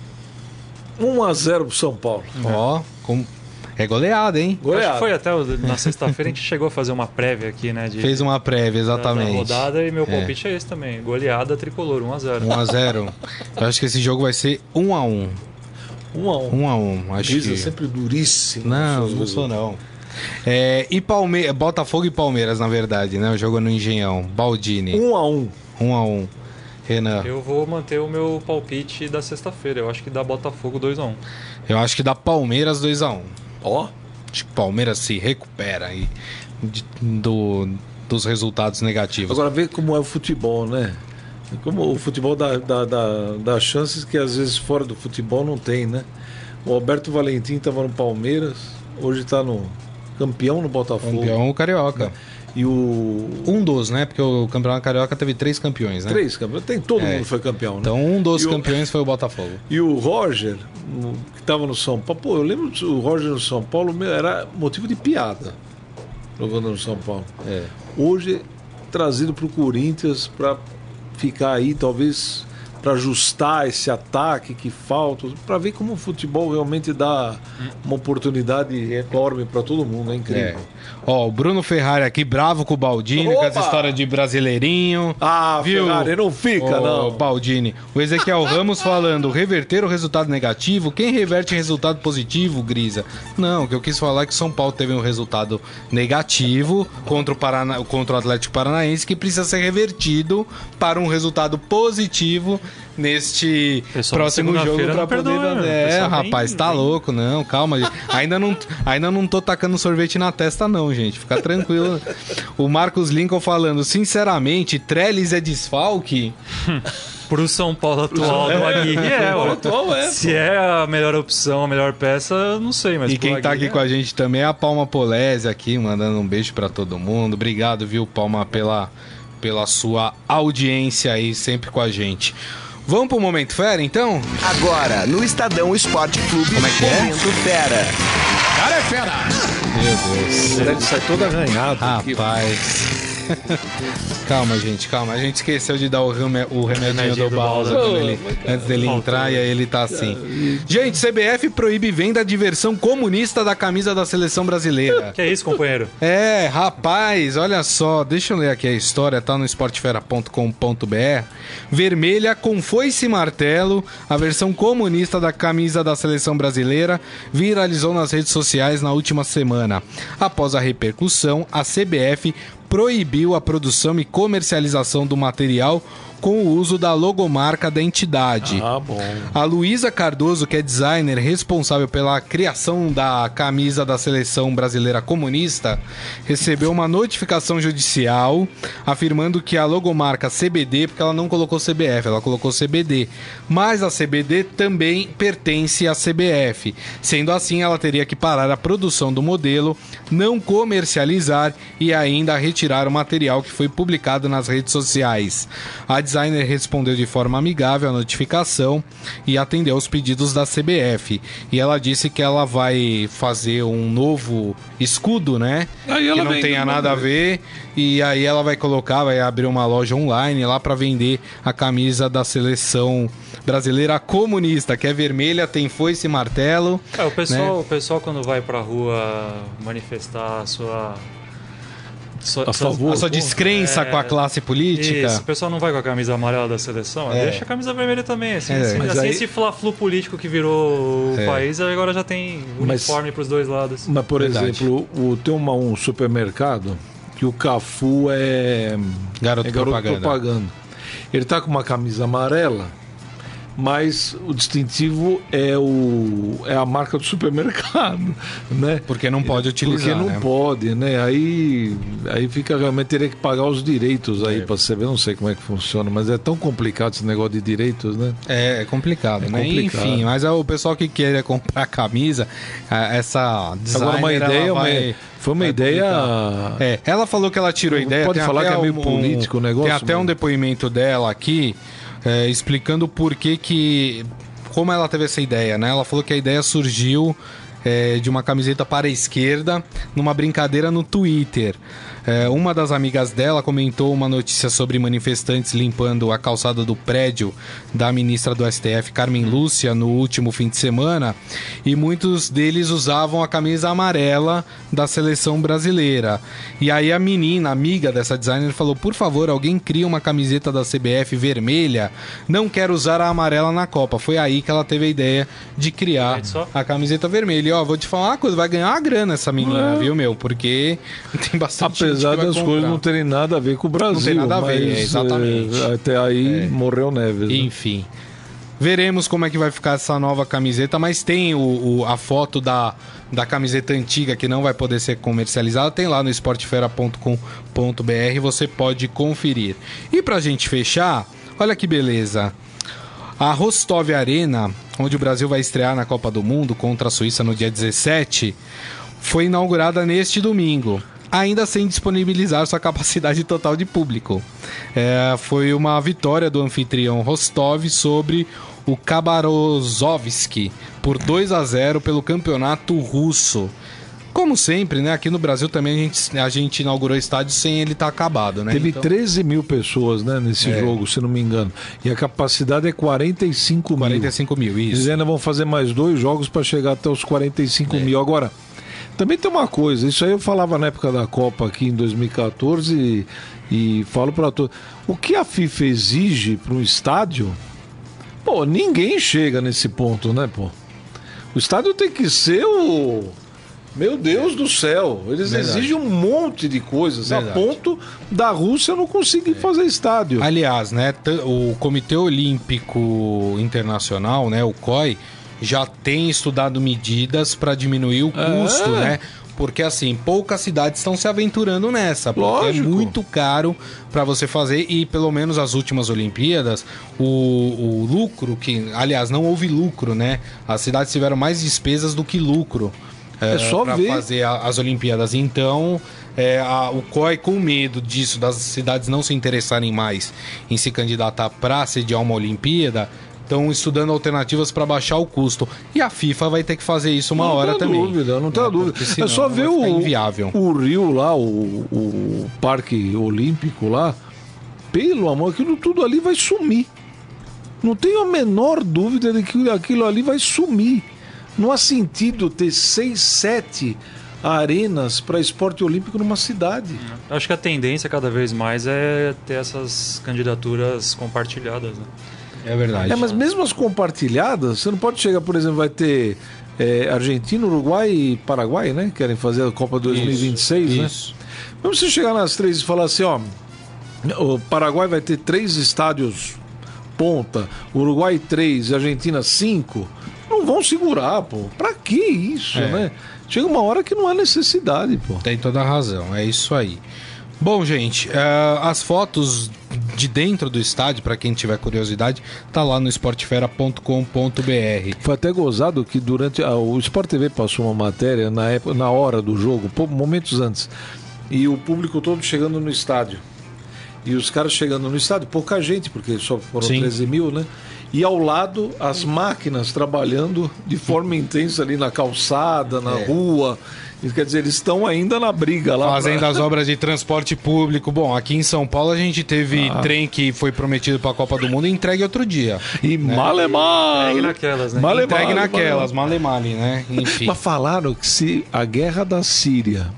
S3: 1-0 pro São Paulo.
S2: Ó, é goleada, hein?
S4: Acho que foi até na sexta-feira a gente chegou a fazer uma prévia aqui, né?
S2: Fez uma prévia, exatamente.
S4: Da rodada, e meu palpite é esse também. Goleada tricolor, 1-0.
S2: 1-0. Eu acho que esse jogo vai ser 1-1. 1-1. Acho
S3: Grisa
S2: que
S3: sempre duríssimo.
S2: Não sou não. E Botafogo e Palmeiras, na verdade, né? O jogo é no Engenhão. Baldini.
S3: 1-1.
S2: 1-1. Renan.
S4: Eu vou manter o meu palpite da sexta-feira. Eu acho que dá Botafogo 2-1.
S2: Eu acho que dá Palmeiras 2-1.
S3: Ó,
S2: Acho que o Palmeiras se recupera aí dos resultados negativos.
S3: agora vê como é o futebol, né? Como o futebol dá chances que às vezes fora do futebol não tem, né? O Alberto Valentim estava no Palmeiras, hoje está no campeão no Botafogo.
S2: Campeão carioca.
S3: E o...
S2: Um dos, né? Porque o campeonato carioca teve 3 campeões, né?
S3: 3 campeões. Todo mundo foi campeão, né?
S2: Então um dos
S3: E o-
S2: campeões foi o Botafogo.
S3: E o Roger, que estava no São Paulo, pô, eu lembro do Roger no São Paulo, era motivo de piada, jogando no São Paulo. Hoje, trazido para o Corinthians para ficar aí, talvez, para ajustar esse ataque que falta, para ver como o futebol realmente dá uma oportunidade enorme para todo mundo, é incrível.
S2: Ó, o Bruno Ferrari aqui, bravo com o Baldini, com essa
S3: Opa!
S2: história de brasileirinho.
S3: Ah,
S2: Viu?
S3: Ferrari, não fica,
S2: Ô,
S3: não.
S2: Baldini. O Ezequiel Ramos falando, reverter o resultado negativo. Quem reverte resultado positivo, Grisa? Não, o que eu quis falar é que o São Paulo teve um resultado negativo contra o Atlético Paranaense que precisa ser revertido para um resultado positivo neste
S4: Pessoal,
S2: próximo jogo
S4: segunda-feira
S2: para
S4: não
S2: poder
S4: perdoa,
S2: fazer.
S4: né? O pessoal
S2: Rapaz,
S4: vem-
S2: tá
S4: vem.
S2: louco, não, calma. Gente. Ainda não tô tacando sorvete na testa não, gente. Fica tranquilo. O Marcos Lincoln falando, sinceramente, Trellis é desfalque?
S4: Pro São Paulo atual do Aguirre ué.
S3: Atual é,
S4: Se é a melhor opção, a melhor peça, eu não sei, mas
S2: E
S4: pro
S2: quem tá
S4: Aguirre
S2: aqui com a gente também é a Palma Polese aqui, mandando um beijo pra todo mundo. Obrigado, viu, Palma, pela sua audiência aí, sempre com a gente. Vamos pro Momento Fera, então?
S1: Agora, no Estadão Esporte Clube,
S2: Como é que é?
S1: Momento Fera.
S2: Meu Deus.
S3: Ele sai todo arranhado. aqui.
S2: Rapaz. Calma, gente, calma. A gente esqueceu de dar o remedinho do Balsa antes dele entrar e aí ele tá assim. Gente, CBF proíbe venda de versão comunista da camisa da seleção brasileira.
S4: Que é isso, companheiro?
S2: É, rapaz, olha só, deixa eu ler aqui a história, tá no esportefera.com.br. Vermelha com foice e martelo, a versão comunista da camisa da seleção brasileira viralizou nas redes sociais na última semana. Após a repercussão, a CBF proibiu a produção e comercialização do material com o uso da logomarca da entidade.
S3: Ah, bom.
S2: A Luísa Cardoso, que é designer responsável pela criação da camisa da seleção brasileira comunista, recebeu uma notificação judicial afirmando que a logomarca CBD, porque ela não colocou CBF, ela colocou CBD, mas a CBD também pertence à CBF. Sendo assim, ela teria que parar a produção do modelo, não comercializar e ainda retirar o material que foi publicado nas redes sociais. A designer respondeu de forma amigável à notificação e atendeu aos pedidos da CBF. E ela disse que ela vai fazer um novo escudo, né?
S3: Aí ela
S2: que não
S3: vende
S2: tenha
S3: uma
S2: nada a ver. E aí ela vai colocar, vai abrir uma loja online lá para vender a camisa da seleção brasileira comunista, que é vermelha, tem foice e martelo.
S4: O pessoal quando vai pra rua manifestar a sua...
S3: A favor.
S2: A sua descrença com a classe política.
S4: Isso, o pessoal não vai com a camisa amarela da seleção, deixa a camisa vermelha também. Assim,
S3: Mas
S4: assim
S3: aí-
S4: esse fla-flu político que virou o país, agora já tem uniforme pros dois lados.
S3: Mas, por
S2: Verdade.
S3: exemplo, tem um supermercado que o Cafu é
S2: Garoto propaganda.
S3: propaganda. Ele tá com uma camisa amarela, mas o distintivo é a marca do supermercado, né?
S2: Porque não pode utilizar,
S3: Porque não
S2: né?
S3: pode, né? Aí fica realmente, teria que pagar os direitos aí pra você ver, não sei como é que funciona, mas é tão complicado esse negócio de direitos, né?
S2: É complicado, né?
S3: complicado.
S2: Enfim, mas o pessoal que queira comprar camisa, essa designer,
S3: Agora uma ideia,
S2: ela vai...
S3: foi uma
S2: vai
S3: ideia...
S2: publicar. É, ela falou que ela tirou a ideia.
S3: Pode
S2: tem
S3: falar
S2: até
S3: que é meio político o negócio,
S2: Tem até um
S3: mano.
S2: depoimento dela aqui, explicando por que... Como ela teve essa ideia, né? Ela falou que a ideia surgiu de uma camiseta para a esquerda numa brincadeira no Twitter. Uma das amigas dela comentou uma notícia sobre manifestantes limpando a calçada do prédio da ministra do STF, Carmen Lúcia, no último fim de semana, e muitos deles usavam a camisa amarela da seleção brasileira. E aí a menina, amiga dessa designer, falou: por favor, alguém cria uma camiseta da CBF vermelha, não quero usar a amarela na Copa. Foi aí que ela teve a ideia de criar a camiseta vermelha. E ó, vou te falar uma coisa, vai ganhar uma grana essa menina, viu, meu? Porque tem bastante
S3: Apesar
S2: que vai
S3: das
S2: comprar.
S3: coisas não terem nada a ver com o Brasil.
S2: Não tem nada a ver,
S3: mas,
S2: exatamente.
S3: Até aí morreu Neves. Né?
S2: Enfim. Veremos como é que vai ficar essa nova camiseta, mas tem a foto da camiseta antiga que não vai poder ser comercializada, tem lá no esportefera.com.br, você pode conferir. E pra gente fechar, olha que beleza. A Rostov Arena, onde o Brasil vai estrear na Copa do Mundo contra a Suíça no dia 17, foi inaugurada neste domingo, ainda sem disponibilizar sua capacidade total de público. Foi uma vitória do anfitrião Rostov sobre o Khabarovsk por 2-0 pelo campeonato russo. Como sempre, né? Aqui no Brasil também a gente inaugurou estádio sem ele estar acabado, né?
S3: Teve 13 mil pessoas, né, nesse jogo, se não me engano. E a capacidade é 45 mil.
S2: 45 mil, isso.
S3: Eles ainda vão fazer mais 2 jogos para chegar até os 45 mil. Agora, também tem uma coisa, isso aí eu falava na época da Copa aqui em 2014 e falo para todos. O que a FIFA exige para um estádio, pô, ninguém chega nesse ponto, né, pô? O estádio tem que ser o... Meu Deus do céu, eles exigem um monte de coisas, a ponto da Rússia não conseguir fazer estádio.
S2: Aliás, né, o Comitê Olímpico Internacional, né, o COI, já tem estudado medidas para diminuir o custo, né? Porque assim, poucas cidades estão se aventurando nessa, porque
S3: Lógico.
S2: é muito caro para você fazer, e pelo menos as últimas Olimpíadas, o lucro, que aliás não houve lucro, né? As cidades tiveram mais despesas do que lucro.
S3: Só
S2: para
S3: ver.
S2: fazer as Olimpíadas. Então, o COI, com medo disso, das cidades não se interessarem mais em se candidatar para sediar uma Olimpíada, estão estudando alternativas para baixar o custo. E a FIFA vai ter que fazer isso uma hora também.
S3: Não tem dúvida. É só ver o Rio lá, o Parque Olímpico lá. Pelo amor, aquilo tudo ali vai sumir. Não tenho a menor dúvida de que aquilo ali vai sumir. Não há sentido ter 6, 7 arenas para esporte olímpico numa cidade.
S4: Acho que a tendência cada vez mais é ter essas candidaturas compartilhadas, né?
S2: É verdade.
S3: Mas mesmo as compartilhadas, você não pode chegar, por exemplo, vai ter Argentina, Uruguai e Paraguai, né? Querem fazer a Copa 2026, né?
S2: Isso.
S3: Vamos você chegar nas 3 e falar assim, ó, o Paraguai vai ter 3 estádios ponta, Uruguai 3 e Argentina 5. Não vão segurar, pô. Pra que isso, né? Chega uma hora que não há necessidade, pô.
S2: Tem toda a razão, é isso aí. Bom, gente, as fotos de dentro do estádio, para quem tiver curiosidade, tá lá no esportefera.com.br.
S3: Foi até gozado que durante... o Sport TV passou uma matéria na hora do jogo, momentos antes, e o público todo chegando no estádio. E os caras chegando no estádio, pouca gente, porque só foram 13 mil, né? E ao lado, as máquinas trabalhando de forma intensa ali na calçada, na rua. Quer dizer, eles estão ainda na briga lá.
S2: Fazendo as obras de transporte público. Bom, aqui em São Paulo a gente teve trem que foi prometido para a Copa do Mundo e entregue outro dia.
S3: E male.
S4: Entregue naquelas, né?
S2: Entregue naquelas, male, né? Enfim.
S3: Mas falaram que se a guerra da Síria...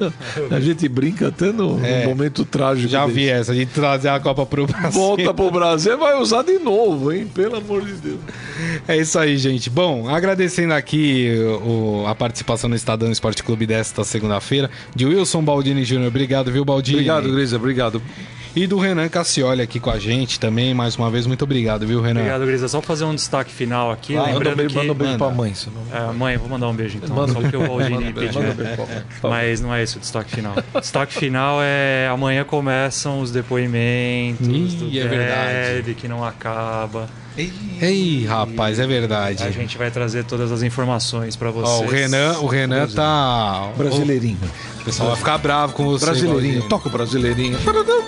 S3: A gente brinca até no momento trágico.
S2: Já
S3: desse.
S2: vi essa, de trazer a Copa pro Brasil.
S3: Volta pro Brasil, vai usar de novo, hein? Pelo amor de Deus.
S2: É isso aí, gente. Bom, agradecendo aqui a participação no Estadão Esporte Clube desta segunda-feira, de Wilson Baldini Júnior. Obrigado, viu, Baldini?
S3: Obrigado, Grisa, obrigado.
S2: E do Renan Cassioli aqui com a gente também, mais uma vez, muito obrigado, viu, Renan?
S4: Obrigado, Grisa. Só fazer um destaque final aqui, lembrando que...
S3: Manda um beijo pra mãe. Senão...
S4: mãe, vou mandar um beijo então, só porque o Baldini pediu. Mas não é esse o destaque final. O destaque final é amanhã começam os depoimentos do Ted, que não acaba.
S2: Ei, rapaz, é verdade.
S4: A gente vai trazer todas as informações pra vocês.
S2: O Renan tá...
S3: Brasileirinho.
S2: O pessoal vai ficar bravo com você.
S3: Brasileirinho, toca o brasileirinho.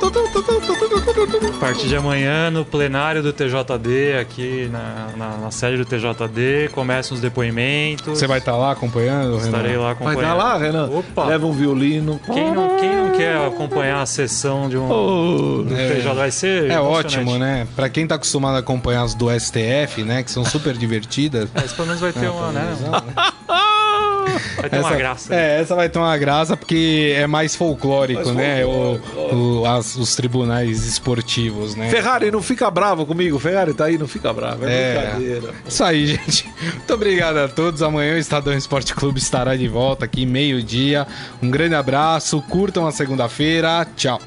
S4: A partir de amanhã, no plenário do TJD, aqui na sede do TJD, começam os depoimetos.
S2: Você vai estar lá acompanhando, Renan?
S4: Estarei lá acompanhando.
S3: Vai estar lá, Renan?
S4: Opa!
S3: Leva um violino.
S4: Quem não quer acompanhar a sessão de um TJD vai ser
S2: ótimo, né? Pra quem tá acostumado a acompanhar as do STF, né? Que são super divertidas.
S4: Mas pelo menos vai ter uma, né? Vai ter uma graça.
S2: Essa vai ter uma graça porque é mais folclórico, né? Os tribunais esportivos, né?
S3: Ferrari, não fica bravo comigo. Ferrari tá aí, não fica bravo. É brincadeira.
S2: Isso aí, gente. Muito obrigado a todos. Amanhã o Estadão Esporte Clube estará de volta aqui, meio-dia. Um grande abraço. Curtam a segunda-feira. Tchau.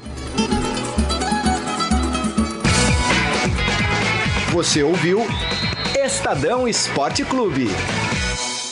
S1: Você ouviu Estadão Esporte Clube.